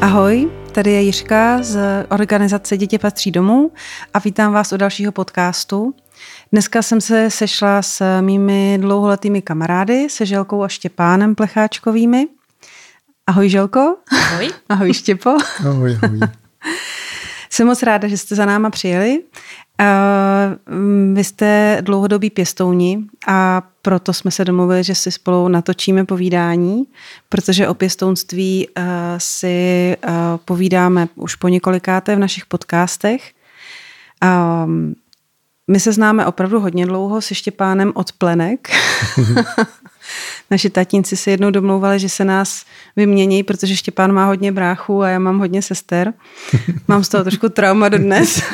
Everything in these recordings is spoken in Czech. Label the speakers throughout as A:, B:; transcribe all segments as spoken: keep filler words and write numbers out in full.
A: Ahoj, tady je Jiřka z organizace Děti patří domů a vítám vás u dalšího podcastu. Dneska jsem se sešla s mými dlouholetými kamarády, se Želkou a Štěpánem Plecháčkovými. Ahoj Želko.
B: Ahoj.
A: Ahoj Štěpo.
C: Ahoj, ahoj.
A: Jsem moc ráda, že jste za náma přijeli. Uh, vy jste dlouhodobí pěstouni a proto jsme se domluvili, že si spolu natočíme povídání, protože o pěstounství uh, si uh, povídáme už po několikáté v našich podcastech. Um, my se známe opravdu hodně dlouho se Štěpánem od plenek. Naši tatínci se jednou domlouvali, že se nás vymění, protože Štěpán má hodně bráchů a já mám hodně sester. Mám z toho trošku trauma dodnes.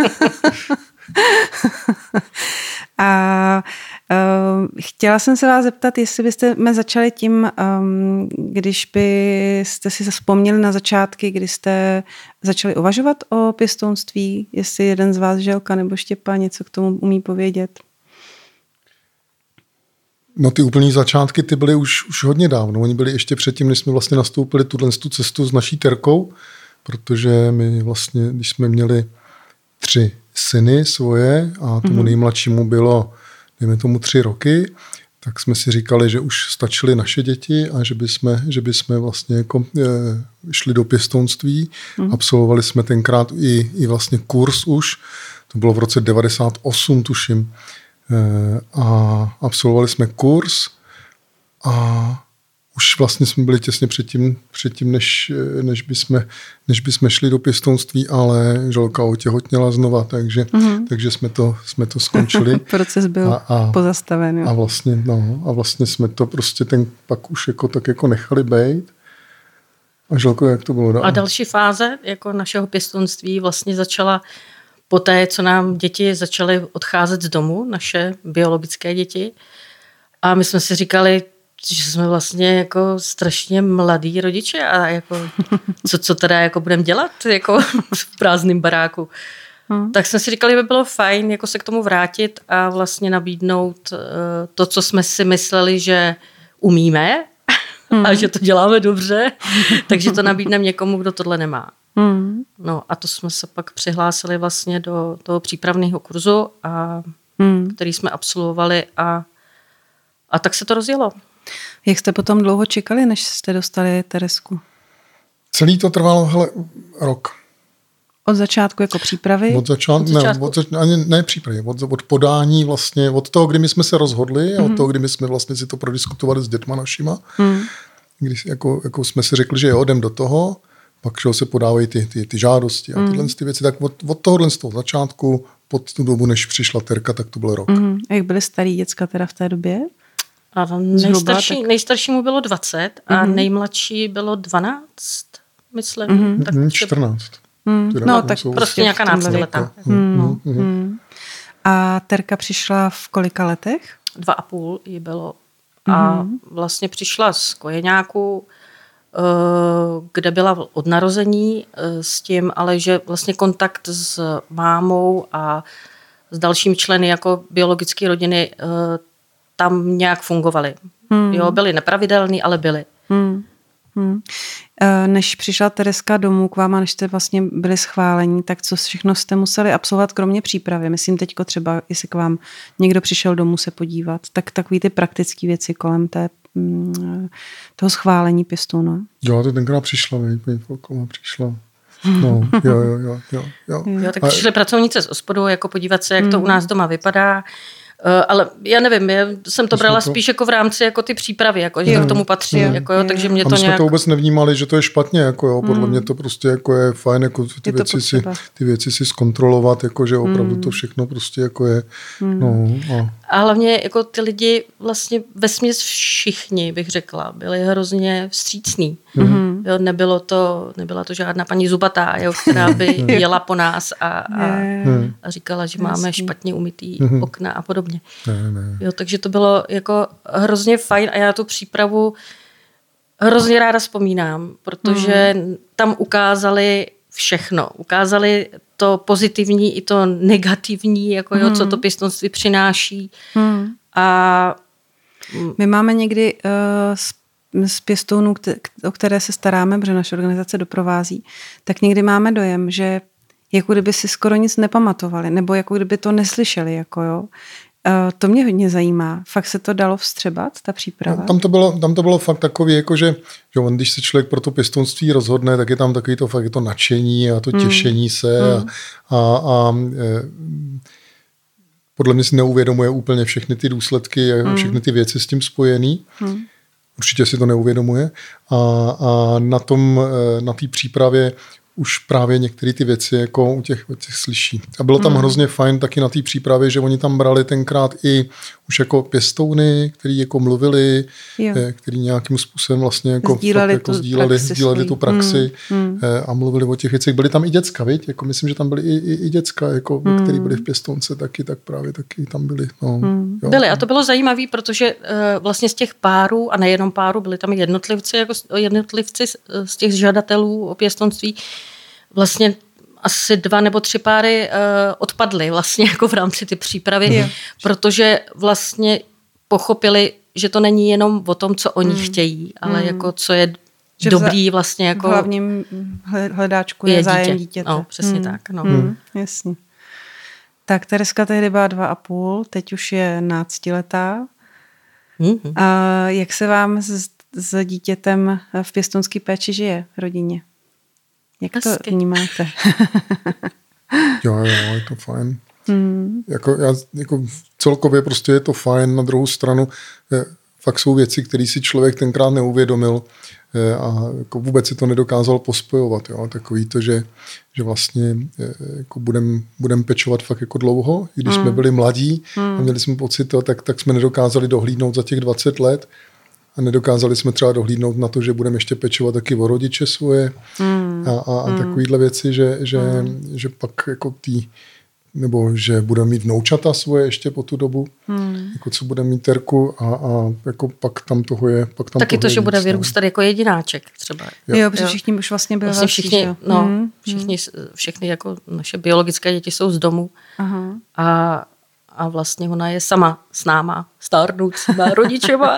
A: A uh, chtěla jsem se vás zeptat, jestli byste mě začali tím, um, když byste si vzpomněli na začátky, kdy jste začali uvažovat o pěstounství, jestli jeden z vás, Želka nebo Štěpán, něco k tomu umí povědět.
C: No ty úplný začátky, ty byly už, už hodně dávno. Oni byli ještě předtím, než jsme vlastně nastoupili tuhle tu cestu s naší Terkou, protože my vlastně, když jsme měli tři syny svoje a tomu nejmladšímu bylo, dejme tomu, tři roky, tak jsme si říkali, že už stačily naše děti a že bychom, že bychom vlastně jako, e, šli do pěstounství. Mm. Absolvovali jsme tenkrát i, i vlastně kurz už, to bylo v roce devadesát osm, tuším, e, a absolvovali jsme kurz a už vlastně jsme byli těsně předtím, předtím než, než, bychom, než bychom šli do pěstounství, ale Želka otěhotněla znova, takže, mm-hmm. takže jsme, to, jsme to skončili.
A: Proces byl a, a, pozastaven. Jo.
C: A vlastně, no, a vlastně jsme to prostě ten pak už jako, tak jako nechali bejt. A Želko, jak to bylo dál?
B: A další fáze jako našeho pěstounství vlastně začala poté, co nám děti začaly odcházet z domu, naše biologické děti. A my jsme si říkali, že jsme vlastně jako strašně mladí rodiče a jako, co, co teda jako budeme dělat jako v prázdném baráku. Hmm. Tak jsme si říkali, že by bylo fajn jako se k tomu vrátit a vlastně nabídnout uh, to, co jsme si mysleli, že umíme hmm. a že to děláme dobře, takže to nabídneme někomu, kdo tohle nemá. Hmm. No a to jsme se pak přihlásili vlastně do toho přípravného kurzu, a, hmm. který jsme absolvovali a, a tak se to rozjelo.
A: Jak jste potom dlouho čekali, než jste dostali Teresku?
C: Celý to trvalo, hele, rok.
A: Od začátku jako přípravy?
C: Od, začát, od začátku? Ne, od zač, ani ne přípravy, od, od podání vlastně, od toho, kdy my jsme se rozhodli mm-hmm. a od toho, kdy my jsme vlastně si to prodiskutovali s dětma našima, mm. když jako, jako jsme si řekli, že jo, jdem do toho, pak že se podávají ty, ty, ty žádosti a tyhle mm. ty věci, tak od, od tohohle z toho začátku, pod tu dobu, než přišla Terka, tak to byl rok.
A: Mm. A jak byly starý děcka teda v té době?
B: A nejstarší, tak... nejstaršímu bylo dvacet a mm-hmm. nejmladší bylo dvanáct, myslím. Mm-hmm. Tak
C: mm, čtrnáct.
A: Mm. No, tak
B: prostě nějaká náctiletá.
A: Mm. Mm. Mm. A Terka přišla v kolika letech?
B: Dva a půl jí bylo. A mm. vlastně přišla z kojeňáku, kde byla od narození s tím, ale že vlastně kontakt s mámou a s dalšími členy jako biologické rodiny tam nějak fungovaly. Hmm. Jo, byly nepravidelný, ale byly.
A: Hmm. Hmm. Než přišla Tereska domů k vám a než jste vlastně byli schválení, tak co všechno jste museli absolvovat kromě přípravy? Myslím teďko třeba, jestli k vám někdo přišel domů se podívat, tak takový ty praktické věci kolem té, toho schválení pěstouna.
C: Jo, to tenkrát přišla, paní Folková přišla. No, jo, jo, jo, jo, jo.
B: jo tak přišli pracovníci z ospodu, jako podívat se, jak hmm. to u nás doma vypadá. Uh, ale já nevím, já jsem to brala to... spíš jako v rámci jako ty přípravy, jako, že jo, to k tomu patří, jo, jako, jo, jo. takže mě to
C: nějak... A my jsme
B: nějak...
C: to vůbec nevnímali, že to je špatně, jako jo, podle mm. mě to prostě jako je fajn, jako ty, věci si, ty věci si zkontrolovat, jako, že opravdu mm. to všechno prostě jako je, mm. no. A...
B: a hlavně jako ty lidi vlastně vesměs všichni, bych řekla, byli hrozně vstřícní. Mm. Jo, nebylo to, nebyla to žádná paní zubatá, jo, která by jela po nás a, a, a říkala, že máme špatně umytý mm. okna a podobně.
C: Ne, ne.
B: Jo, takže to bylo jako hrozně fajn a já tu přípravu hrozně ráda vzpomínám, protože mm. tam ukázali všechno. Ukázali to pozitivní i to negativní, jako jo, mm. co to pěstounství přináší. Mm. A
A: my máme někdy uh, z pěstounů, o které se staráme, protože naše organizace doprovází, tak někdy máme dojem, že jako kdyby si skoro nic nepamatovali, nebo jako kdyby to neslyšeli. Jako jo. To mě hodně zajímá. Fakt se to dalo vstřebat, ta příprava?
C: No, tam, to bylo, tam to bylo fakt takový, jako že, že on, když se člověk pro to pěstounství rozhodne, tak je tam takový to, fakt je to nadšení a to hmm. těšení se
A: hmm.
C: a, a, a e, podle mě si neuvědomuje úplně všechny ty důsledky a hmm. všechny ty věci s tím spojený. Hmm. Určitě si to neuvědomuje. A, a na tom, na té přípravě už právě některé ty věci jako u těch, u těch slyší. A bylo tam mm. hrozně fajn taky na té přípravě, že oni tam brali tenkrát i už jako pěstouny, který jako mluvili, jo. který nějakým způsobem vlastně jako
A: sdíleli,
C: jako
A: tu,
C: sdíleli,
A: praxi
C: sdíleli tu praxi
A: mm.
C: a mluvili o těch věcech. Byly tam i děcka, viď? Jako myslím, že tam byly i, i, i děcka, jako, mm. který byli v pěstounce taky, tak právě taky tam byli. No,
A: mm.
B: jo. Byli a to bylo zajímavé, protože uh, vlastně z těch párů, a nejenom párů, byli tam jednotlivci, jako jednotlivci z, z těch žadatelů o pěstounství, vlastně asi dva nebo tři páry uh, odpadly vlastně jako v rámci ty přípravy, mm. protože vlastně pochopili, že to není jenom o tom, co oni mm. chtějí, ale mm. jako co je že dobrý vlastně jako...
A: V hlavním hledáčku je, je zájem dítě. dítěte.
B: No, přesně mm. tak. No.
A: Mm. Jasně. Tak Tereska tehdy byla dva a půl, teď už je náctiletá. Mm. A jak se vám s, s dítětem v pěstounské péči žije v rodině? Jak to Hezky. Vnímáte?
C: jo, jo, je to fajn.
A: Hmm.
C: Jako, já, jako celkově prostě je to fajn. Na druhou stranu je, fakt jsou věci, které si člověk tenkrát neuvědomil je, a jako vůbec si to nedokázal pospojovat. Jo. Takový to, že, že vlastně jako budem, budem pečovat fakt jako dlouho. I když hmm. jsme byli mladí hmm. a měli jsme pocit, to, tak, tak jsme nedokázali dohlídnout za těch dvacet let. A nedokázali jsme třeba dohlídnout na to, že budeme ještě pečovat taky o rodiče svoje mm. a, a, a mm. takovýhle věci, že, že, mm. že pak jako tý, nebo že budeme mít vnoučata svoje ještě po tu dobu, mm. jako co budeme mít Terku a, a jako pak tam toho je. Pak tam
B: taky
C: toho
B: to, že
C: víc,
B: bude vyrůstat jako jedináček třeba.
A: Jo, jo protože všichni už vlastně byli
B: vlastně všichni,
A: velcí,
B: no,
A: mm.
B: všichni, všechny jako naše biologické děti jsou z domu.
A: Aha.
B: A A vlastně ona je sama s náma, stárnoucíma rodičema.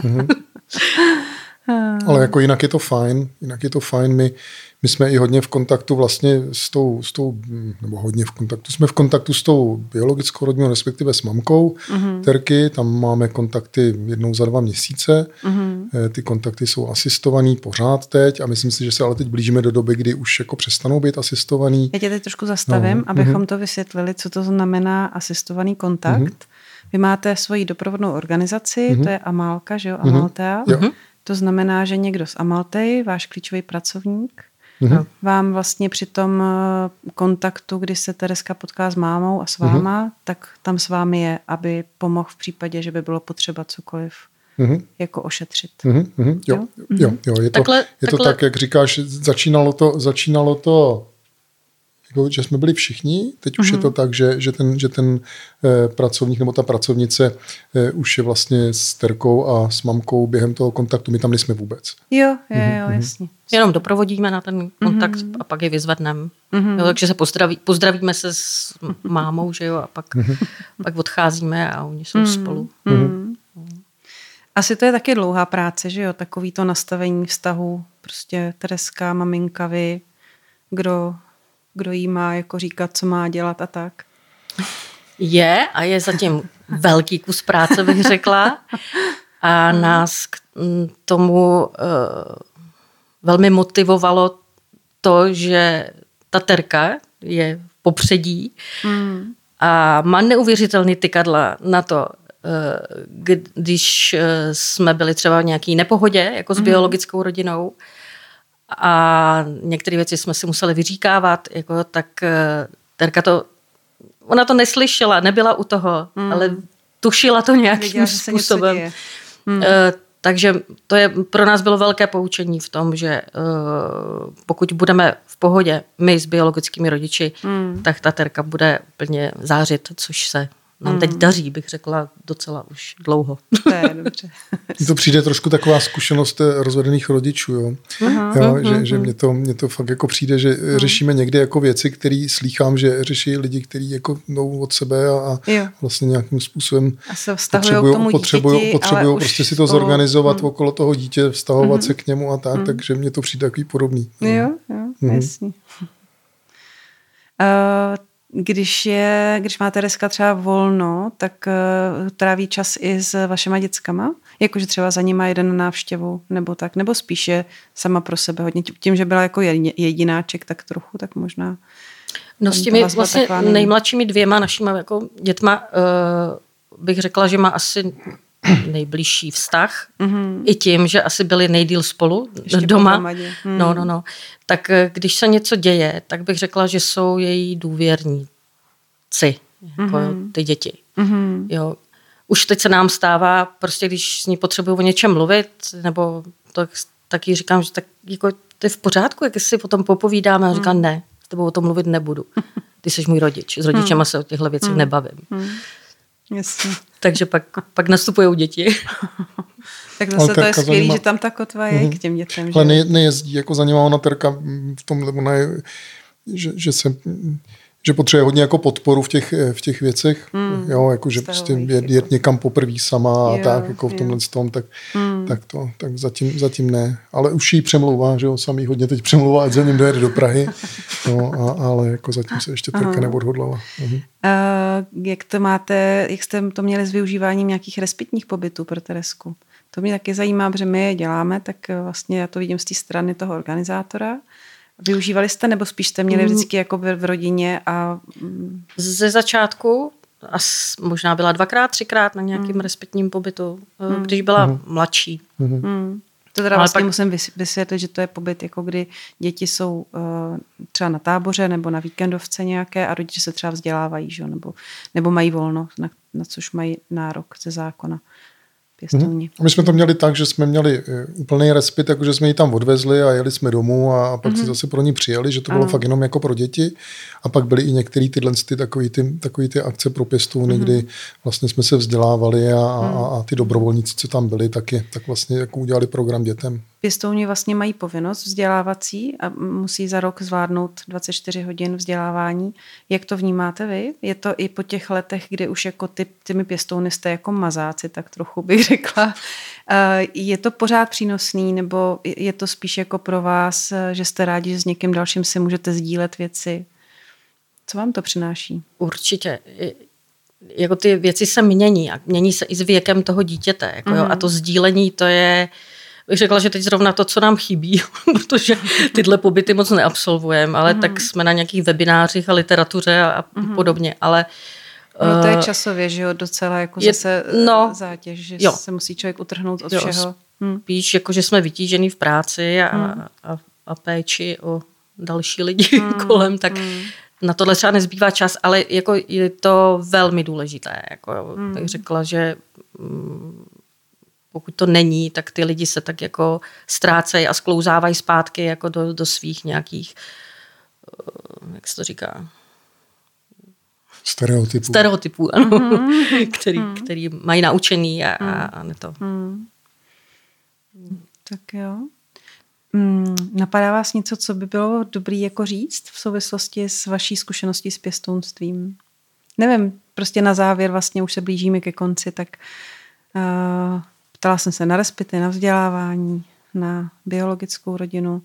C: Ale jako jinak je to fajn, jinak je to fajn. My, my jsme i hodně v kontaktu vlastně s tou, s tou, nebo hodně v kontaktu, jsme v kontaktu s tou biologickou rodinou, respektive s mamkou uh-huh. Terky, tam máme kontakty jednou za dva měsíce. Uh-huh. Ty kontakty jsou asistovaný pořád teď a myslím si, že se ale teď blížíme do doby, kdy už jako přestanou být asistovaný. Já
A: tě teď trošku zastavím, no. abychom uh-huh. to vysvětlili, co to znamená asistovaný kontakt. Uh-huh. Vy máte svoji doprovodnou organizaci, uh-huh. to je Amálka, že jo, Amaltea. Uh-huh. To znamená, že někdo z Amaltei, váš klíčový pracovník, mm-hmm. vám vlastně při tom kontaktu, kdy se Tereska potká s mámou a s váma, mm-hmm. tak tam s vámi je, aby pomohl v případě, že by bylo potřeba cokoliv mm-hmm. jako ošetřit.
C: Mm-hmm. Jo, jo, jo, jo. Je,
B: takhle,
C: to, je
B: takhle...
C: to tak, jak říkáš, začínalo to, začínalo to jako, že jsme byli všichni, teď už mm-hmm. je to tak, že, že ten, že ten eh, pracovník nebo ta pracovnice eh, už je vlastně s Terkou a s mamkou během toho kontaktu, my tam nejsme vůbec.
A: Jo, jo, jo, mm-hmm. jasně.
B: Jenom doprovodíme na ten kontakt mm-hmm. a pak je vyzvedneme. Mm-hmm. Jo, takže se pozdraví, pozdravíme se s mámou, že jo, a pak, mm-hmm. pak odcházíme a oni jsou mm-hmm. spolu.
A: Mm-hmm. Asi to je taky dlouhá práce, že jo, takový to nastavení vztahu, prostě Tereska, maminka, vy, kdo... kdo jí má jako říkat, co má dělat a tak?
B: Je a je zatím velký kus práce, bych řekla. A nás k tomu uh, velmi motivovalo to, že ta Terka je v popředí mm. a má neuvěřitelný tykadla na to, uh, když jsme byli třeba v nějaký nepohodě, jako s mm. biologickou rodinou, a některé věci jsme si museli vyříkávat, jako, tak Terka to, ona to neslyšela, nebyla u toho, mm. ale tušila to nějakým Viděla, způsobem. Mm. Uh, takže to je, pro nás bylo velké poučení v tom, že uh, pokud budeme v pohodě, my s biologickými rodiči, mm. tak ta Terka bude úplně zářit, což se nám teď daří, bych řekla, docela už dlouho.
A: To je dobře.
C: Mně to přijde trošku taková zkušenost rozvedených rodičů, jo. Aha, jo aha, že, aha. že mně to, mně to fakt jako přijde, že aha. řešíme někdy jako věci, které slýchám, že řeší lidi, kteří jako jdou od sebe a, a vlastně nějakým způsobem potřebují potřebují prostě si to spolu zorganizovat hmm. okolo toho dítě, vztahovat hmm. se k němu a tak, hmm. takže mně to přijde takový podobný.
A: Jo, jo, hmm. jasně. Uh, Když, je, když má Tereska třeba volno, tak uh, tráví čas i s vašima dětskama? Jakože třeba za nima jede na návštěvu nebo tak? Nebo spíše sama pro sebe hodně? Tím, že byla jako jedináček, tak trochu, tak možná...
B: No s těmi vlastně nejmladšími dvěma našima jako dětma uh, bych řekla, že má asi nejbližší vztah. Mm-hmm. I tím, že asi byli nejdýl spolu ještě doma. Mm. No, no, no. Tak když se něco děje, tak bych řekla, že jsou její důvěrníci, jako mm-hmm. ty děti. Mm-hmm. Jo. Už teď se nám stává, prostě když s ní potřebuju o něčem mluvit, nebo to, tak jí říkám, že tak jako to je v pořádku, jak si potom popovídáme. A říkám, mm. ne, s tebou o tom mluvit nebudu. Ty jsi můj rodič. S rodičema mm. se o těchto věcech mm. nebavím. Mm.
A: Jasně.
B: Takže pak, pak nastupují děti.
A: Tak zase to je skvělý, že tam ta kotva je mm-hmm. k těm dětem.
C: Ale ne, nejezdí, jako za něma ona Terka v tom, ona je, že, že se... že potřebuje hodně jako podporu v těch, v těch věcech, mm. jo, jako že prostě jet, jet někam poprvé sama a jo, tak, jako v tomhle tom, tak, mm. tak to, tak zatím, zatím ne. Ale už jí přemlouvá, že jo, samý hodně teď přemlouvá, ať za ním dojede do Prahy, no, a, ale jako zatím se ještě Terka neodhodlala. Mhm.
A: Uh, jak to máte, jak jste to měli s využíváním nějakých respitních pobytů pro Teresku? To mě taky zajímá, protože my je děláme, tak vlastně já to vidím z té strany toho organizátora. Využívali jste, nebo spíš jste měli vždycky jako v rodině? A...
B: Ze začátku, a možná byla dvakrát, třikrát na nějakým mm. respitním pobytu, mm. když byla mm. mladší.
A: Mm. To teda ale vlastně pak... musím vysvětlit, že to je pobyt, jako kdy děti jsou uh, třeba na táboře nebo na víkendovce nějaké a rodiče se třeba vzdělávají, že? Nebo, nebo mají volno, na, na což mají nárok ze zákona.
C: Hmm. My jsme to měli tak, že jsme měli úplný respit, jakože jsme ji tam odvezli a jeli jsme domů a pak mm-hmm. si zase pro ní přijeli, že to bylo ano. fakt jenom jako pro děti. A pak byly i některé tyhle ty, takový ty, takový ty akce pro pěstouny, mm-hmm. kdy vlastně jsme se vzdělávali a, mm. a, a ty dobrovolníci, co tam byli, tak, je, tak vlastně jako udělali program dětem.
A: Pěstouni vlastně mají povinnost vzdělávací a musí za rok zvládnout dvacet čtyři hodin vzdělávání. Jak to vnímáte vy? Je to i po těch letech, kdy už jako ty, těmi pěstouny jste jako mazáci, tak trochu bych řekla. Je to pořád přínosný, nebo je to spíš jako pro vás, že jste rádi, že s někým dalším si můžete sdílet věci? Co vám to přináší?
B: Určitě. Jako ty věci se mění a mění se i s věkem toho dítěte. Jako mm. jo, a to sdílení, to je... Bych řekla, že teď zrovna to, co nám chybí, protože tyhle pobyty moc neabsolvujeme, ale mm. tak jsme na nějakých webinářích a literatuře a, a mm. podobně, ale...
A: No to je časově, že jo, docela jako je, zase no, zátěž, že jo. se musí člověk utrhnout od jo, všeho.
B: Spíš jako, že jsme vytížený v práci a, mm. a, a péči o další lidi mm. kolem, tak mm. na tohle třeba nezbývá čas, ale jako je to velmi důležité. Jako mm. bych řekla, že... Mm, pokud to není, tak ty lidi se tak jako ztrácejí a sklouzávají zpátky jako do, do svých nějakých, jak se to říká?
C: Stereotypů.
B: Stereotypů, ano. Mm-hmm. který, mm. který mají naučený a, a, a ne to.
A: Mm. Tak jo. Mm, napadá vás něco, co by bylo dobrý jako říct v souvislosti s vaší zkušeností s pěstounstvím? Nevím, prostě na závěr vlastně už se blížíme ke konci, tak uh, ptala jsem se na respity, na vzdělávání, na biologickou rodinu.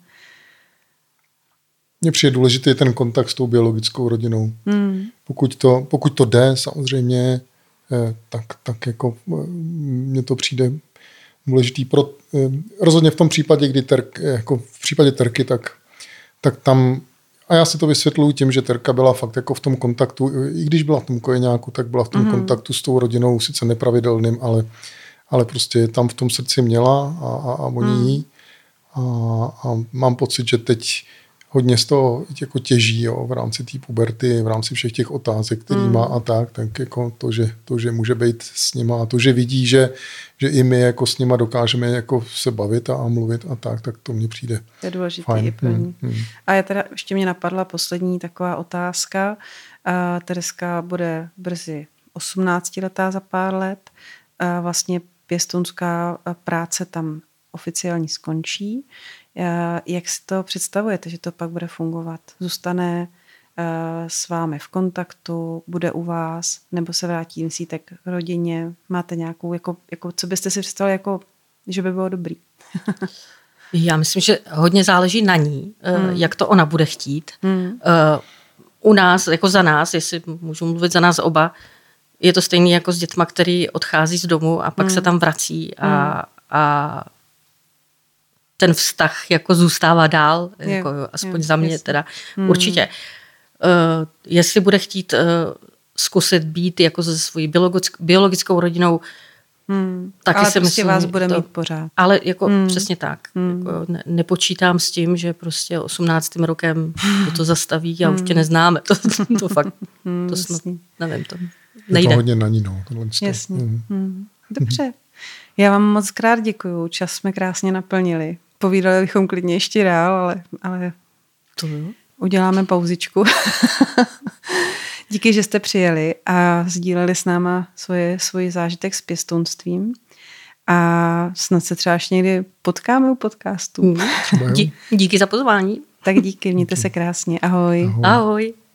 C: Mně přijde důležitý ten kontakt s tou biologickou rodinou. Hmm. Pokud, to, pokud to jde, samozřejmě, tak, tak jako mně to přijde důležitý. Pro, rozhodně v tom případě, kdy Terk, jako v případě Terky, tak, tak tam, a já si to vysvětluji tím, že Terka byla fakt jako v tom kontaktu, i když byla v tom kojeňáku, tak byla v tom hmm. kontaktu s tou rodinou, sice nepravidelným, ale ale prostě tam v tom srdci měla a, a, a oni hmm. jí. A, a mám pocit, že teď hodně z toho jako těží, jo, v rámci té puberty, v rámci všech těch otázek, který hmm. má a tak, tak jako to, že, to, že může být s nima a to, že vidí, že, že i my jako s nima dokážeme jako se bavit a, a mluvit a tak, tak to mně přijde
A: to je důležitý i pro ní. Hmm. Hmm. A já teda ještě mě napadla poslední taková otázka. Uh, Tereska bude brzy osmnáctiletá za pár let. Vlastně pěstounská práce tam oficiálně skončí. Jak si to představujete, že to pak bude fungovat? Zůstane s vámi v kontaktu, bude u vás, nebo se vrátí, myslíte, k rodině? Máte nějakou, jako, jako, co byste si představili, jako, že by bylo dobrý?
B: Já myslím, že hodně záleží na ní, hmm. jak to ona bude chtít. Hmm. U nás, jako za nás, jestli můžu mluvit za nás oba, je to stejný jako s dětma, který odchází z domu a pak hmm. se tam vrací a, hmm. a ten vztah jako zůstává dál, je, jako, aspoň je, za mě jasný. Teda hmm. určitě. Uh, jestli bude chtít uh, zkusit být jako se svojí biologickou, biologickou rodinou, hmm. taky
A: ale
B: si
A: prostě
B: myslím,
A: vás bude
B: to,
A: mít pořád.
B: Ale jako
A: hmm.
B: přesně tak.
A: Hmm.
B: Jako ne, nepočítám s tím, že prostě osmnáctým rokem to, to zastaví a hmm. už tě neznáme. To, to, to fakt,
A: hmm,
B: to snad, nevím, to
C: nejde. Je to hodně na ní, no.
A: Jasně. Hmm. Hmm. Dobře. Já vám moc krát děkuju. Čas jsme krásně naplnili. Povídali bychom klidně ještě dál, ale, ale
B: to jo.
A: Uděláme pauzičku. Díky, že jste přijeli a sdíleli s náma svoje, svůj zážitek s pěstounstvím. A snad se třeba až někdy potkáme u podcastu.
B: Dí, díky za pozvání.
A: Tak díky, mějte se krásně. Ahoj.
C: Ahoj.
B: Ahoj.